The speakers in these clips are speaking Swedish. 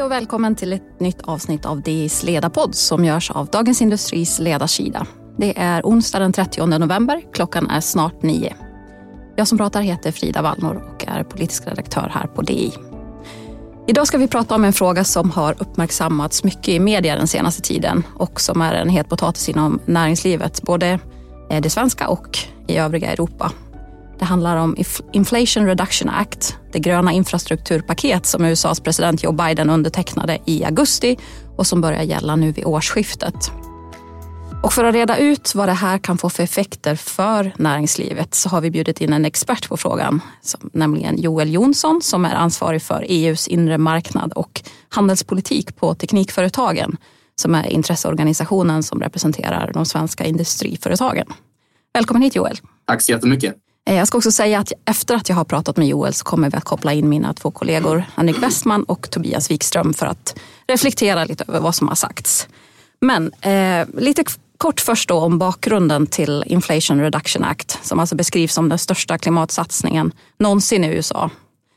Hej och välkommen till ett nytt avsnitt av DIs ledarpodd som görs av Dagens Industris ledarsida. Det är onsdag den 30 november, klockan är snart 9. Jag som pratar heter Frida Wallnor och är politisk redaktör här på DI. Idag ska vi prata om en fråga som har uppmärksammats mycket i media den senaste tiden och som är en het potatis inom näringslivet, både det svenska och i övriga Europa. Det handlar om Inflation Reduction Act, det gröna infrastrukturpaket som USAs president Joe Biden undertecknade i augusti och som börjar gälla nu vid årsskiftet. Och för att reda ut vad det här kan få för effekter för näringslivet så har vi bjudit in en expert på frågan, nämligen Joel Jonsson som är ansvarig för EUs inre marknad och handelspolitik på Teknikföretagen, som är intresseorganisationen som representerar de svenska industriföretagen. Välkommen hit Joel. Tack så jättemycket. Jag ska också säga att efter att jag har pratat med Joel så kommer vi att koppla in mina två kollegor Annik Westman och Tobias Wikström för att reflektera lite över vad som har sagts. Men lite kort först då om bakgrunden till Inflation Reduction Act som alltså beskrivs som den största klimatsatsningen någonsin i USA.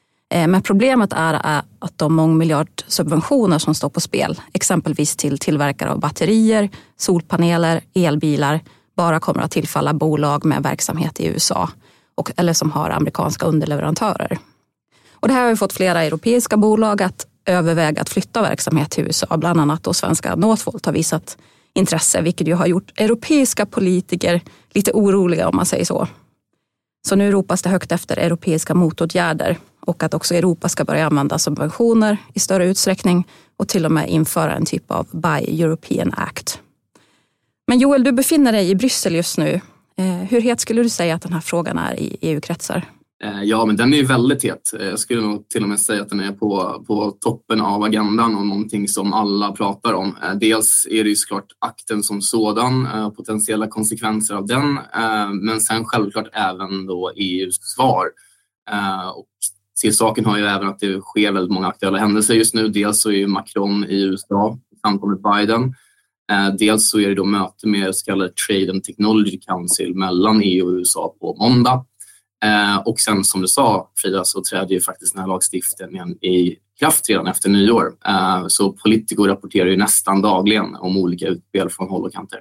Men problemet är att de mångmiljardsubventioner som står på spel, exempelvis till tillverkare av batterier, solpaneler, elbilar, bara kommer att tillfalla bolag med verksamhet i USA eller som har amerikanska underleverantörer. Och det här har ju fått flera europeiska bolag att överväga att flytta verksamhet till USA. Bland annat då svenska Northvolt har visat intresse, vilket ju har gjort europeiska politiker lite oroliga om man säger så. Så nu ropas det högt efter europeiska motåtgärder och att också Europa ska börja använda subventioner i större utsträckning och till och med införa en typ av Buy European Act. Men Joel, du befinner dig i Bryssel just nu. Hur het skulle du säga att den här frågan är i EU-kretsar? Ja, men den är ju väldigt het. Jag skulle nog till och med säga att den är på toppen av agendan och någonting som alla pratar om. Dels är det ju såklart akten som sådan, potentiella konsekvenser av den, men sen självklart även då EUs svar. Och till saken har ju även att det sker väldigt många aktuella händelser just nu. Dels så är ju Macron i USA samtal med Biden. Dels så är det då möte med så kallade Trade and Technology Council mellan EU och USA på måndag. Och sen som du sa Frida så träder ju faktiskt den här lagstiftningen i kraft redan efter nyår. Så politiker rapporterar ju nästan dagligen om olika utspel från håll och kanter.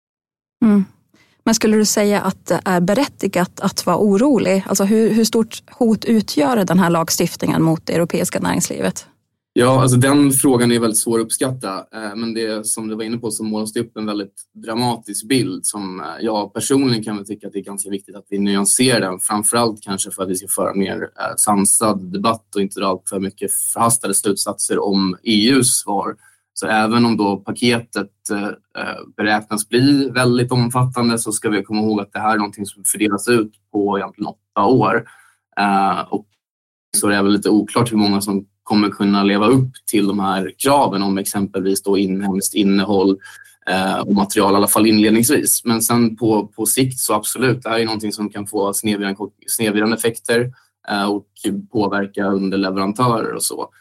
Mm. Men skulle du säga att det är berättigat att vara orolig? Alltså hur stort hot utgör den här lagstiftningen mot det europeiska näringslivet? Ja, alltså den frågan är väldigt svår att uppskatta. Men det som du var inne på så målas det upp en väldigt dramatisk bild som jag personligen kan väl tycka att det är ganska viktigt att vi nyanserar den. Framförallt kanske för att vi ska föra mer sansad debatt och inte dra allt för mycket förhastade slutsatser om EUs svar. Så även om då paketet beräknas bli väldigt omfattande så ska vi komma ihåg att det här är någonting som fördelas ut på egentligen 8 år. Och så är det väl lite oklart hur många som kommer kunna leva upp till de här kraven om exempelvis då inhemskt innehåll och material i alla fall inledningsvis. Men sen på sikt så absolut, det här är någonting som kan få snedvridande effekter och påverka underleverantörer och så.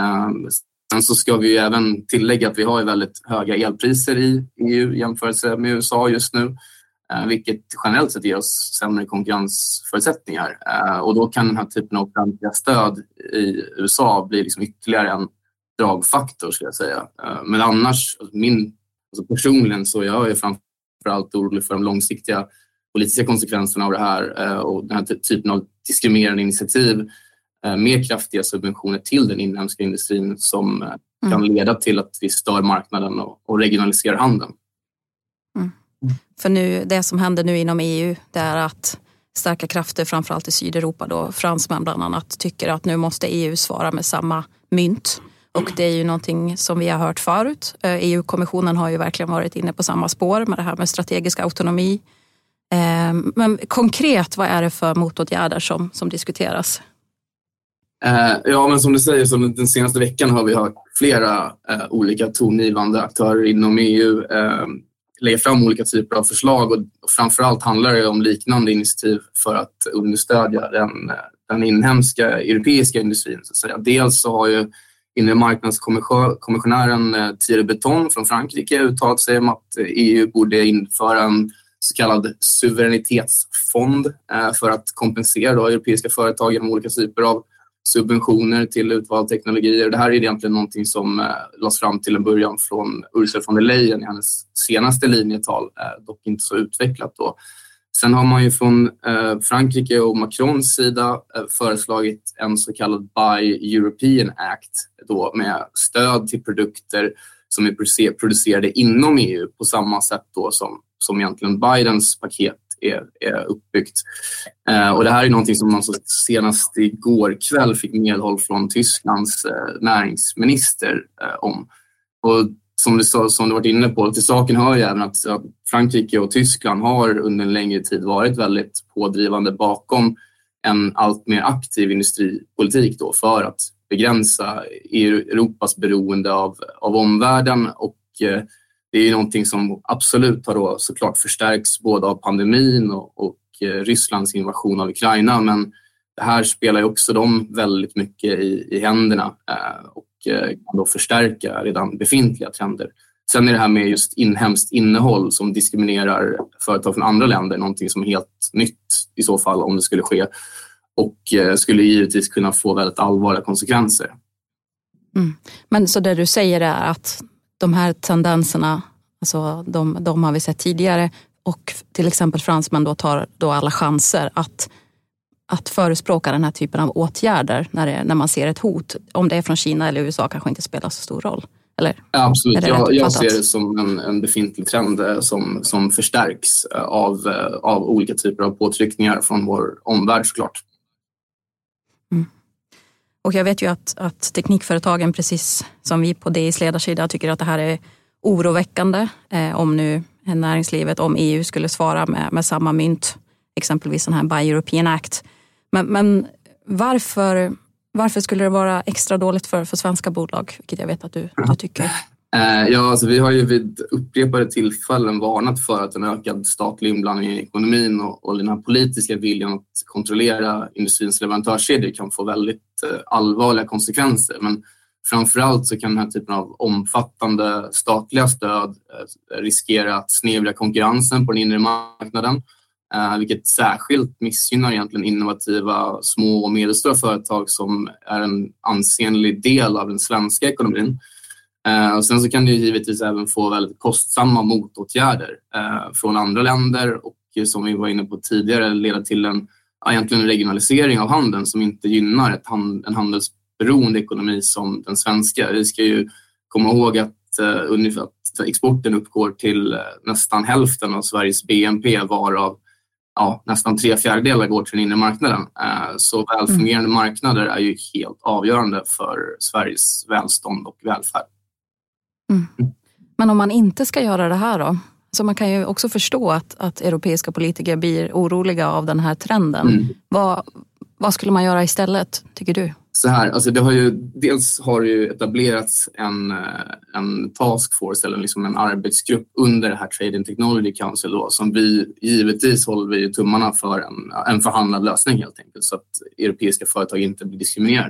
Sen så ska vi ju även tillägga att vi har ju väldigt höga elpriser i EU jämfört med USA just nu. Vilket generellt sett ger oss sämre konkurrensförutsättningar. Och då kan den här typen av offentliga stöd i USA bli liksom ytterligare en dragfaktor skulle jag säga. Men annars, personligen så jag är framförallt orolig för de långsiktiga politiska konsekvenserna av det här och den här typen av diskriminerande initiativ. Mer kraftiga subventioner till den inhemska industrin som kan leda till att vi stör marknaden och regionaliserar handeln. Mm. För nu, det som händer nu inom EU det är att starka krafter framförallt i Sydeuropa då, fransmän bland annat, tycker att nu måste EU svara med samma mynt. Och det är ju någonting som vi har hört förut. EU-kommissionen har ju verkligen varit inne på samma spår med det här med strategisk autonomi. Men konkret, vad är det för motåtgärder som diskuteras? Ja, men som du säger, så den senaste veckan har vi hört flera olika tongivande aktörer inom EU lägga fram olika typer av förslag och framförallt handlar det om liknande initiativ för att understödja den inhemska europeiska industrin. Så att säga. Dels så har ju inre marknadskommissionären Thierry Breton från Frankrike uttalat sig om att EU borde införa en så kallad suveränitetsfond för att kompensera då europeiska företag genom olika typer av subventioner till utvalda teknologier. Det här är egentligen någonting som lades fram till en början från Ursula von der Leyen i hennes senaste linjetal, dock inte så utvecklat då. Sen har man ju från Frankrike och Macrons sida föreslagit en så kallad Buy European Act då, med stöd till produkter som är producerade inom EU på samma sätt då som egentligen Bidens paket är uppbyggt. Och det här är någonting som man så senast igår kväll fick medhåll från Tysklands näringsminister om. Och som du varit inne på, till saken hör ju även att Frankrike och Tyskland har under en längre tid varit väldigt pådrivande bakom en allt mer aktiv industripolitik då för att begränsa Europas beroende av omvärlden, och det är ju någonting som absolut har då såklart förstärks både av pandemin och Rysslands invasion av Ukraina, men det här spelar ju också dem väldigt mycket i händerna och kan då förstärka redan befintliga trender. Sen är det här med just inhemskt innehåll som diskriminerar företag från andra länder någonting som är helt nytt i så fall om det skulle ske, och skulle givetvis kunna få väldigt allvarliga konsekvenser. Men så det du säger är att de här tendenserna, alltså de har vi sett tidigare, och till exempel fransmän då tar då alla chanser att förespråka den här typen av åtgärder när man ser ett hot. Om det är från Kina eller USA kanske inte spelar så stor roll. Eller? Ja, absolut. Jag ser det som en befintlig trend som förstärks av olika typer av påtryckningar från vår omvärld såklart. Och jag vet ju att teknikföretagen, precis som vi på DIs ledarsida, tycker att det här är oroväckande om nu näringslivet, om EU skulle svara med samma mynt, exempelvis den här Buy European Act. Men varför skulle det vara extra dåligt för svenska bolag, vilket jag vet att du tycker? Ja, alltså vi har ju vid upprepade tillfällen varnat för att en ökad statlig inblandning i ekonomin och den här politiska viljan att kontrollera industrins leverantörskedjor kan få väldigt allvarliga konsekvenser. Men framförallt så kan den här typen av omfattande statliga stöd riskera att snedvrida konkurrensen på den inre marknaden, vilket särskilt missgynnar egentligen innovativa små och medelstora företag som är en ansenlig del av den svenska ekonomin. Och sen så kan det givetvis även få väldigt kostsamma motåtgärder från andra länder, och som vi var inne på tidigare leda till en regionalisering av handeln som inte gynnar en handelsberoende ekonomi som den svenska. Vi ska ju komma ihåg att exporten uppgår till nästan hälften av Sveriges BNP, varav nästan 3/4 går till den inre marknaden. Så välfungerande marknader är ju helt avgörande för Sveriges välstånd och välfärd. Men om man inte ska göra det här då? Så man kan ju också förstå att europeiska politiker blir oroliga av den här trenden. Vad skulle man göra istället, tycker du? Så här, alltså dels har det ju etablerats en taskforce eller liksom en arbetsgrupp under det här Trade and Technology Council då, som vi givetvis håller tummarna för en förhandlad lösning helt enkelt, så att europeiska företag inte blir diskriminerade.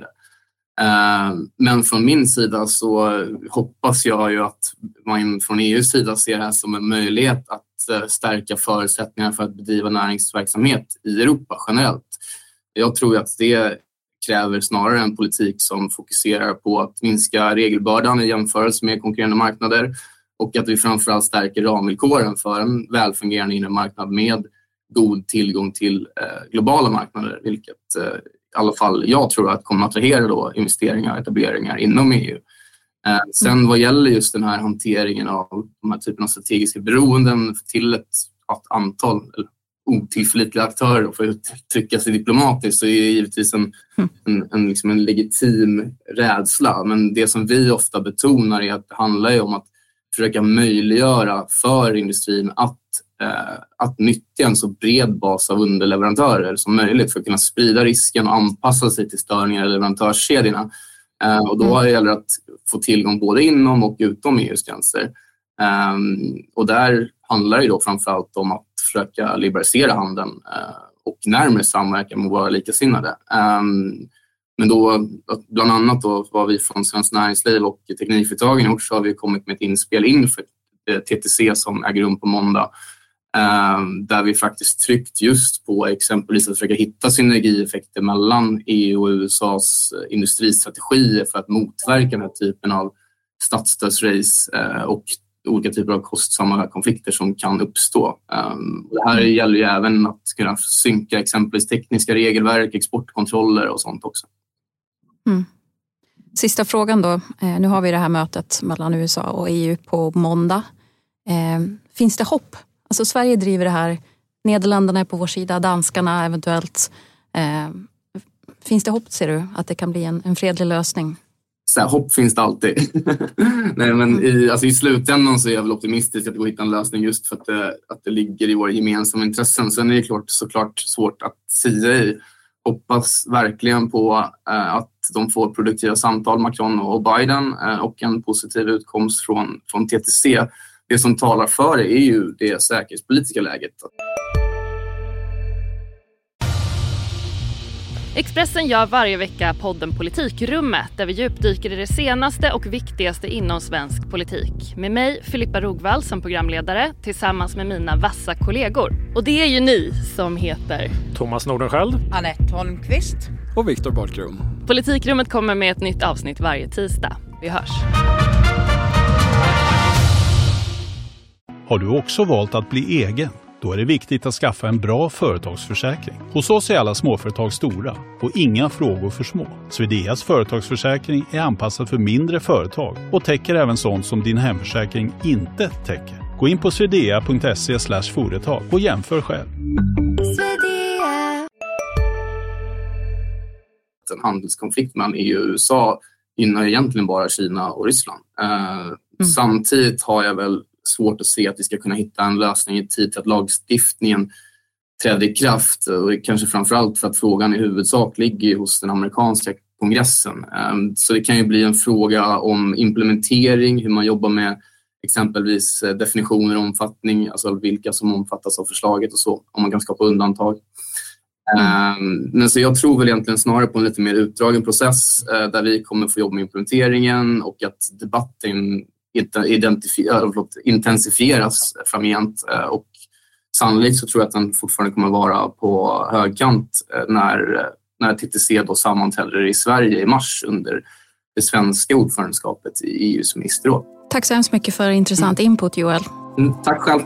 Men från min sida så hoppas jag ju att man från EU:s sida ser det här som en möjlighet att stärka förutsättningar för att bedriva näringsverksamhet i Europa generellt. Jag tror att det kräver snarare en politik som fokuserar på att minska regelbördan i jämförelse med konkurrerande marknader, och att vi framförallt stärker ramvillkoren för en välfungerande inre marknad med god tillgång till globala marknader, vilket i alla fall jag tror att kommer att attrahera då investeringar och etableringar inom EU. Sen vad gäller just den här hanteringen av de här typen av strategiska beroenden till ett antal otillförlitliga aktörer, för att trycka sig diplomatiskt, så är det givetvis en legitim rädsla. Men det som vi ofta betonar är att det handlar ju om att försöka möjliggöra för industrin att nyttja en så bred bas av underleverantörer som möjligt för att kunna sprida risken och anpassa sig till störningar i leverantörskedjorna. Och då gäller det att få tillgång både inom och utom EU:s gränser. Och där handlar det då framförallt om att försöka liberalisera handeln och närmare samverka med våra likasinnade. Men då, bland annat då, vad vi från Svenskt Näringsliv och Teknikföretagen gjort, så har vi kommit med ett inspel inför TTC som äger rum på måndag, Där vi faktiskt tryckt just på exempelvis att försöka hitta synergieffekter mellan EU och USAs industristrategier för att motverka den här typen av statsstödsrace och olika typer av kostsamma konflikter som kan uppstå. Det här gäller ju även att kunna synka exempelvis tekniska regelverk, exportkontroller och sånt också. Sista frågan då. Nu har vi det här mötet mellan USA och EU på måndag. Finns det hopp? Alltså Sverige driver det här, Nederländerna är på vår sida, danskarna eventuellt. Finns det hopp, ser du, att det kan bli en fredlig lösning? Så här, hopp finns det alltid. Nej, men i slutändan så är jag väl optimistisk att det går att hitta en lösning just för att det ligger i våra gemensamma intressen. Sen är det såklart svårt att säga i. Hoppas verkligen på att de får produktiva samtal, Macron och Biden, och en positiv utkomst från TTC. Det som talar för är ju det säkerhetspolitiska läget. Expressen gör varje vecka podden Politikrummet där vi djupdyker i det senaste och viktigaste inom svensk politik. Med mig, Filippa Rogvall, som programledare tillsammans med mina vassa kollegor. Och det är ju ni som heter Thomas Nordenskjöld, Anette Holmqvist och Viktor Bartgren. Politikrummet kommer med ett nytt avsnitt varje tisdag. Vi hörs. Har du också valt att bli egen? Då är det viktigt att skaffa en bra företagsförsäkring. Hos oss är alla småföretag stora och inga frågor för små. Swedeas företagsförsäkring är anpassad för mindre företag och täcker även sånt som din hemförsäkring inte täcker. Gå in på swedea.se/företag och jämför själv. En handelskonflikt mellan EU och USA gynnar egentligen bara Kina och Ryssland. Samtidigt har jag väl svårt att se att vi ska kunna hitta en lösning i tid till att lagstiftningen träder i kraft, och kanske framförallt för att frågan i huvudsak ligger hos den amerikanska kongressen. Så det kan ju bli en fråga om implementering, hur man jobbar med exempelvis definitioner och omfattning, alltså vilka som omfattas av förslaget och så, om man kan skapa undantag. Men så jag tror väl egentligen snarare på en lite mer utdragen process där vi kommer få jobba med implementeringen och att debatten intensifieras framgent, och sannolikt så tror jag att den fortfarande kommer vara på högkant när TTC då sammanträder i Sverige i mars under det svenska ordförandeskapet i EUs ministerråd. Tack så hemskt mycket för intressant input, Joel. Tack själv.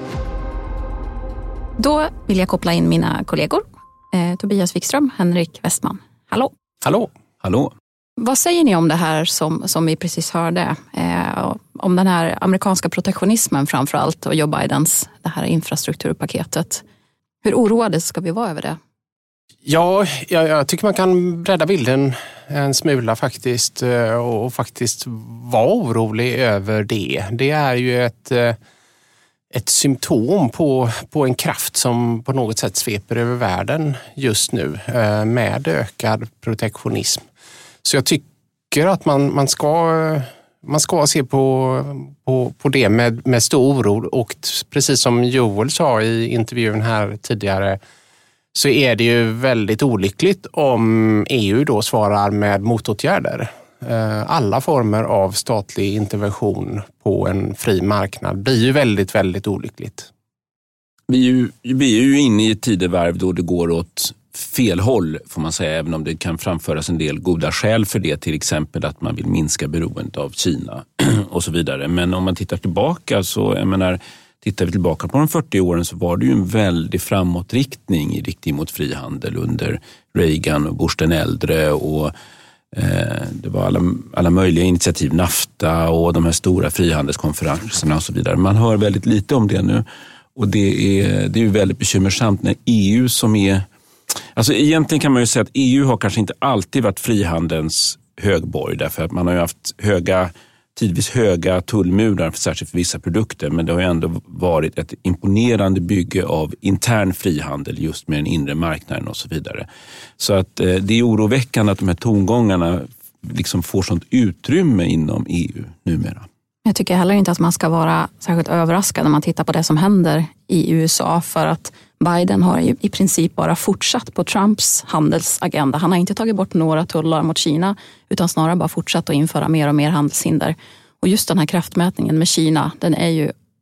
Då vill jag koppla in mina kollegor. Tobias Wikström, Henrik Westman. Hallå. Hallå. Hallå. Vad säger ni om det här som vi precis hörde? Om den här amerikanska protektionismen framförallt och Joe Bidens det här infrastrukturpaketet. Hur oroade ska vi vara över det? Ja, jag tycker man kan bredda bilden en smula faktiskt och faktiskt vara orolig över det. Det är ju ett symptom på en kraft som på något sätt sveper över världen just nu med ökad protektionism. Så jag tycker att man ska se på det med stor oro, och precis som Joel sa i intervjun här tidigare så är det ju väldigt olyckligt om EU då svarar med motåtgärder. Alla former av statlig intervention på en fri marknad blir ju väldigt, väldigt olyckligt. Vi är ju inne i ett tidevarv då det går åt fel håll, får man säga, även om det kan framföras en del goda skäl för det, till exempel att man vill minska beroendet av Kina och så vidare. Men om man tittar tillbaka tittar vi tillbaka på de 40 åren så var det ju en väldig framåtriktning i riktning mot frihandel under Reagan och Bush den äldre, och det var alla möjliga initiativ, NAFTA och de här stora frihandelskonferenserna och så vidare. Man hör väldigt lite om det nu, och det är ju väldigt bekymmersamt när EU som är... Alltså egentligen kan man ju säga att EU har kanske inte alltid varit frihandelns högborg, därför att man har ju haft tidvis höga tullmurar, särskilt för vissa produkter, men det har ju ändå varit ett imponerande bygge av intern frihandel just med den inre marknaden och så vidare. Så att det är oroväckande att de här tongångarna liksom får sånt utrymme inom EU numera. Jag tycker heller inte att man ska vara särskilt överraskad när man tittar på det som händer i USA, för att Biden har i princip bara fortsatt på Trumps handelsagenda. Han har inte tagit bort några tullar mot Kina, utan snarare bara fortsatt att införa mer och mer handelshinder. Och just den här kraftmätningen med Kina, den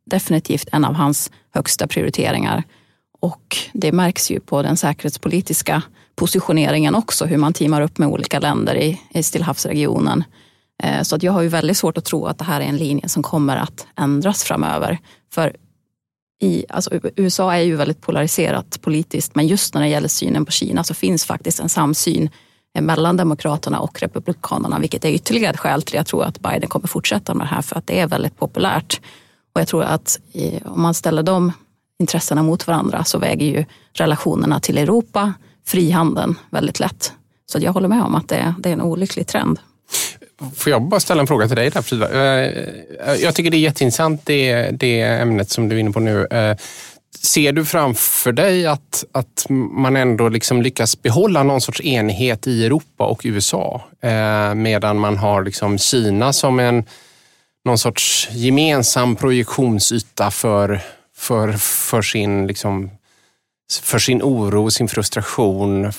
definitivt en av hans högsta prioriteringar. Och det märks ju på den säkerhetspolitiska positioneringen också, hur man teamar upp med olika länder i Stillahavsregionen. Så att jag har ju väldigt svårt att tro att det här är en linje som kommer att ändras framöver. För USA är ju väldigt polariserat politiskt, men just när det gäller synen på Kina så finns faktiskt en samsyn mellan demokraterna och republikanerna, vilket är ytterligare ett skäl till jag tror att Biden kommer fortsätta med det här, för att det är väldigt populärt. Och jag tror att om man ställer de intressena mot varandra så väger ju relationerna till Europa, frihandeln, väldigt lätt. Så jag håller med om att det är en olycklig trend. Får jag bara ställa en fråga till dig där, Frida? Jag tycker det är jätteintressant det ämnet som du är inne på nu. Ser du framför dig att man ändå liksom lyckas behålla någon sorts enhet i Europa och USA medan man har liksom Kina som någon sorts gemensam projektionsyta för sin liksom, för sin oro, sin frustration,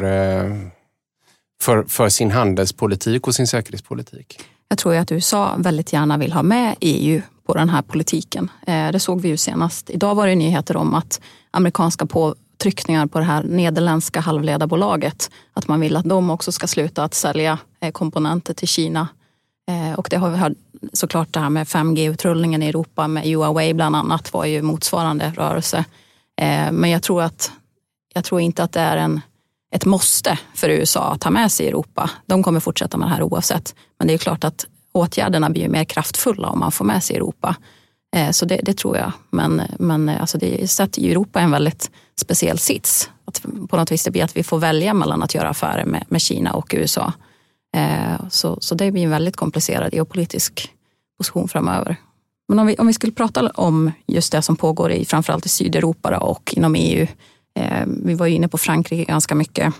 för sin handelspolitik och sin säkerhetspolitik? Jag tror ju att USA väldigt gärna vill ha med EU på den här politiken. Det såg vi ju senast. Idag var det nyheter om att amerikanska påtryckningar på det här nederländska halvledarbolaget, att man vill att de också ska sluta att sälja komponenter till Kina. Och det har vi hört, såklart det här med 5G-utrullningen i Europa med Huawei bland annat var ju motsvarande rörelse. Men jag tror inte att det är ett måste för USA att ta med sig Europa. De kommer fortsätta med det här oavsett. Men det är klart att åtgärderna blir mer kraftfulla om man får med sig Europa. Så det tror jag. Men alltså det sätter ju Europa en väldigt speciell sits. Att på något vis det blir att vi får välja mellan att göra affärer med Kina och USA. Så det blir en väldigt komplicerad geopolitisk position framöver. Men om vi skulle prata om just det som pågår framförallt i Sydeuropa och inom EU. Vi var ju inne på Frankrike ganska mycket.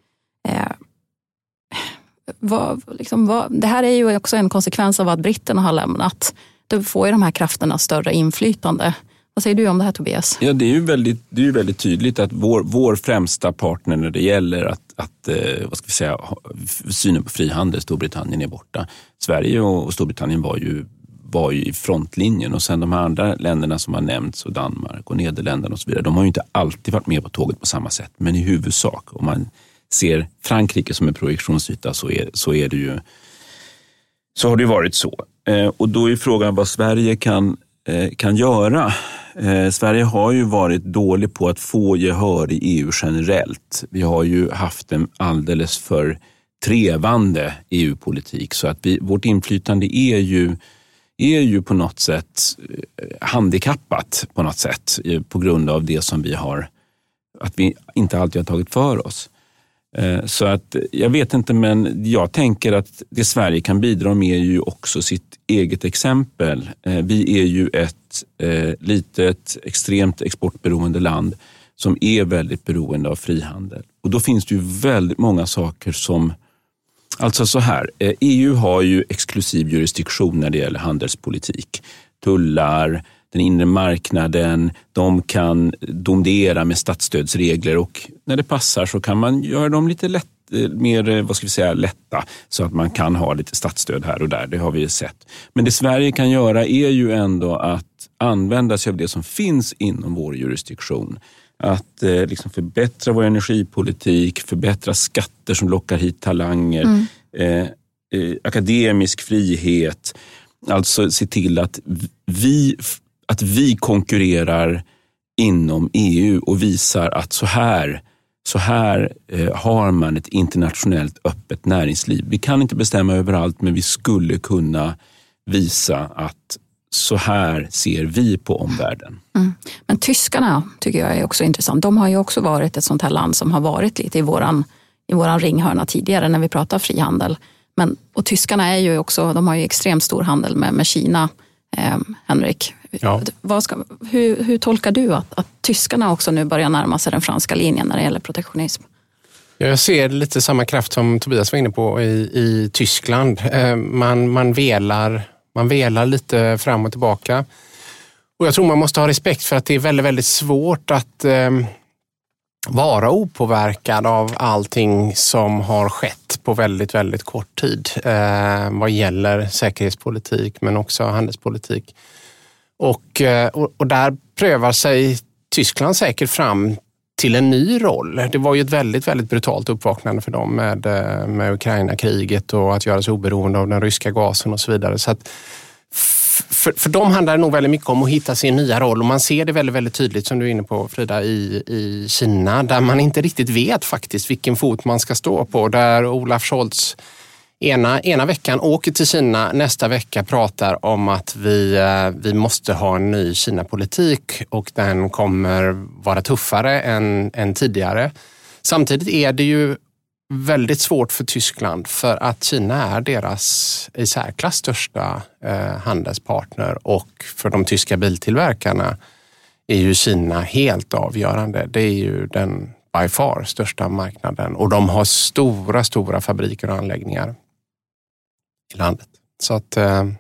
Det här är ju också en konsekvens av att britterna har lämnat. Då får ju de här krafterna större inflytande. Vad säger du om det här, Tobias? Ja, det är ju väldigt tydligt att vår främsta partner när det gäller att vad ska vi säga, synen på frihandel, Storbritannien, är borta. Sverige och Storbritannien var ju i frontlinjen, och sen de här andra länderna som har nämnts, och Danmark och Nederländerna och så vidare, de har ju inte alltid varit med på tåget på samma sätt, men i huvudsak, om man ser Frankrike som en projektionsyta så är det ju, så har det ju varit så. Och då är frågan vad Sverige kan göra. Sverige har ju varit dålig på att få gehör i EU generellt. Vi har ju haft en alldeles för trevande EU-politik, så att vårt inflytande är ju på något sätt handikappat på något sätt på grund av det som att vi inte alltid har tagit för oss. Så att jag vet inte, men jag tänker att det Sverige kan bidra med är ju också sitt eget exempel. Vi är ju ett litet, extremt exportberoende land som är väldigt beroende av frihandel. Och då finns det ju väldigt många saker som, alltså så här, EU har ju exklusiv jurisdiktion när det gäller handelspolitik. Tullar, den inre marknaden, de kan domdera med statsstödsregler, och när det passar så kan man göra dem lite lätta så att man kan ha lite statsstöd här och där, det har vi sett. Men det Sverige kan göra är ju ändå att använda sig av det som finns inom vår jurisdiktion. Att liksom förbättra vår energipolitik, förbättra skatter som lockar hit talanger, akademisk frihet, alltså se till att vi konkurrerar inom EU och visar att så här har man ett internationellt öppet näringsliv. Vi kan inte bestämma överallt, men vi skulle kunna visa att så här ser vi på omvärlden. Men tyskarna tycker jag är också intressant. De har ju också varit ett sånt här land som har varit lite i våran ringhörna tidigare när vi pratar frihandel. Och tyskarna är ju också, de har ju extremt stor handel med Kina, Henrik. Ja. Hur tolkar du att tyskarna också nu börjar närma sig den franska linjen när det gäller protektionism? Jag ser lite samma kraft som Tobias var inne på i Tyskland. Man velar lite fram och tillbaka. Och jag tror man måste ha respekt för att det är väldigt, väldigt svårt att vara opåverkad av allting som har skett på väldigt, väldigt kort tid vad gäller säkerhetspolitik men också handelspolitik. Och där prövar sig Tyskland säkert fram till en ny roll. Det var ju ett väldigt, väldigt brutalt uppvaknande för dem med Ukraina-kriget och att göra sig oberoende av den ryska gasen och så vidare. Så att för dem handlar det nog väldigt mycket om att hitta sin nya roll, och man ser det väldigt, väldigt tydligt, som du är inne på, Frida, i Kina, där man inte riktigt vet faktiskt vilken fot man ska stå på. Där Olaf Scholz ena veckan åker till Kina, nästa vecka pratar om att vi måste ha en ny Kina-politik och den kommer vara tuffare än tidigare. Samtidigt är det ju väldigt svårt för Tyskland, för att Kina är deras i särklass största handelspartner, och för de tyska biltillverkarna är ju Kina helt avgörande. Det är ju den by far största marknaden, och de har stora fabriker och anläggningar i landet. Så att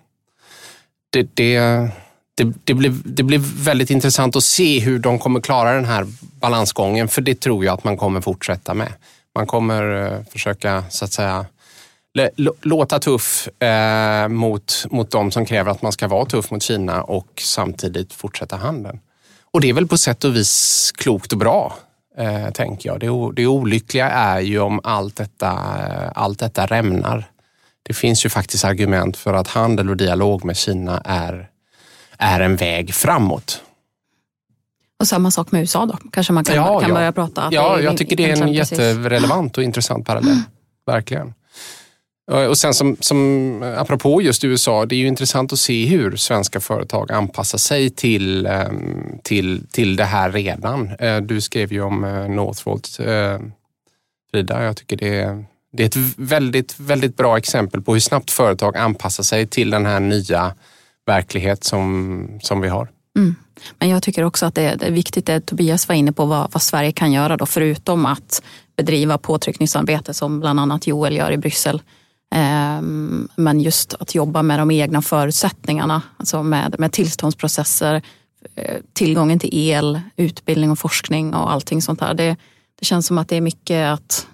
det blir väldigt intressant att se hur de kommer klara den här balansgången, för det tror jag att man kommer fortsätta med. Man kommer försöka, så att säga, låta tuff mot de som kräver att man ska vara tuff mot Kina, och samtidigt fortsätta handeln. Och det är väl på sätt och vis klokt och bra, tänker jag. Det olyckliga är ju om allt detta rämnar. Det finns ju faktiskt argument för att handel och dialog med Kina är en väg framåt. Och samma sak med USA då. Kanske man kan börja prata. Jag tycker det är en jätterelevant och intressant parallell. Verkligen. Och sen som apropå just USA, det är ju intressant att se hur svenska företag anpassar sig till det här redan. Du skrev ju om Northvolt, Frida. Jag tycker det är ett väldigt, väldigt bra exempel på hur snabbt företag anpassar sig till den här nya verklighet som vi har. Mm. Men jag tycker också att det är viktigt, det Tobias var inne på, vad Sverige kan göra då, förutom att bedriva påtryckningsarbete som bland annat Joel gör i Bryssel. Men just att jobba med de egna förutsättningarna, alltså med tillståndsprocesser, tillgången till el, utbildning och forskning och allting sånt där. Det känns som att det är mycket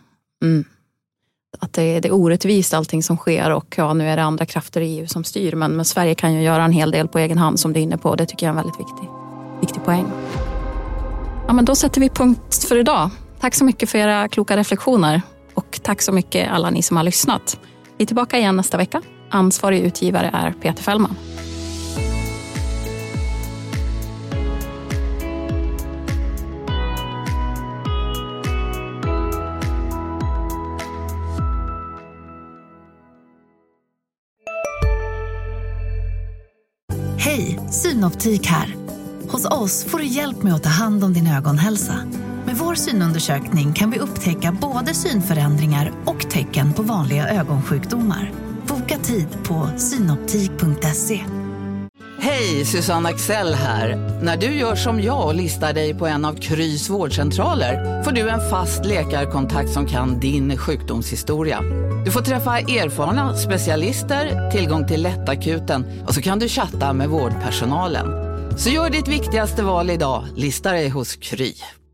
att det är orättvist allting som sker, och nu är det andra krafter i EU som styr, men Sverige kan ju göra en hel del på egen hand, som du är inne på. Det tycker jag är en väldigt viktig poäng. Ja, men då sätter vi punkt för idag. Tack så mycket för era kloka reflektioner, och tack så mycket alla ni som har lyssnat. Vi är tillbaka igen nästa vecka. Ansvarig utgivare är Peter Fällman. Hej, Synoptik här. Hos oss får du hjälp med att ta hand om din ögonhälsa. Med vår synundersökning kan vi upptäcka både synförändringar och tecken på vanliga ögonsjukdomar. Boka tid på synoptik.se. Hej, Susanne Axel här. När du gör som jag och listar dig på en av Krys vårdcentraler får du en fast läkarkontakt som kan din sjukdomshistoria. Du får träffa erfarna specialister, tillgång till lättakuten och så kan du chatta med vårdpersonalen. Så gör ditt viktigaste val idag, lista dig hos Kry.